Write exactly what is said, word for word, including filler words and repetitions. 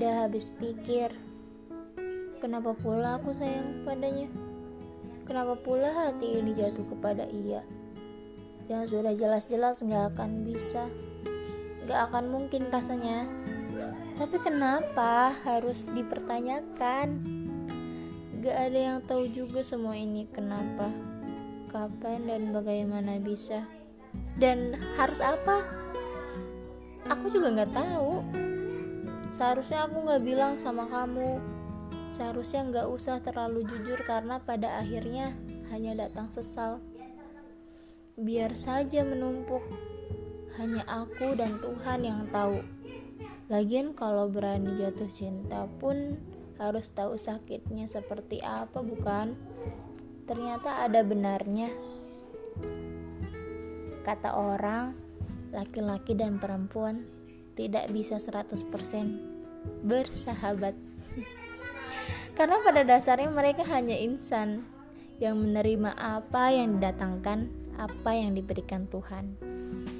sudah habis pikir, kenapa pula aku sayang padanya? Kenapa pula hati ini jatuh kepada ia? Yang sudah jelas-jelas gak akan bisa, gak akan mungkin rasanya. Tapi kenapa harus dipertanyakan? Gak ada yang tahu juga semua ini kenapa, kapan dan bagaimana bisa. Dan harus apa? Aku juga gak tahu. Seharusnya aku gak bilang sama kamu. Seharusnya gak usah terlalu jujur, karena pada akhirnya hanya datang sesal. Biar saja menumpuk, hanya aku dan Tuhan yang tahu. Lagian kalau berani jatuh cinta pun harus tahu sakitnya seperti apa, bukan? Ternyata ada benarnya. Kata orang, laki-laki dan perempuan tidak bisa seratus persen bersahabat. Karena pada dasarnya mereka hanya insan yang menerima apa yang didatangkan, apa yang diberikan Tuhan.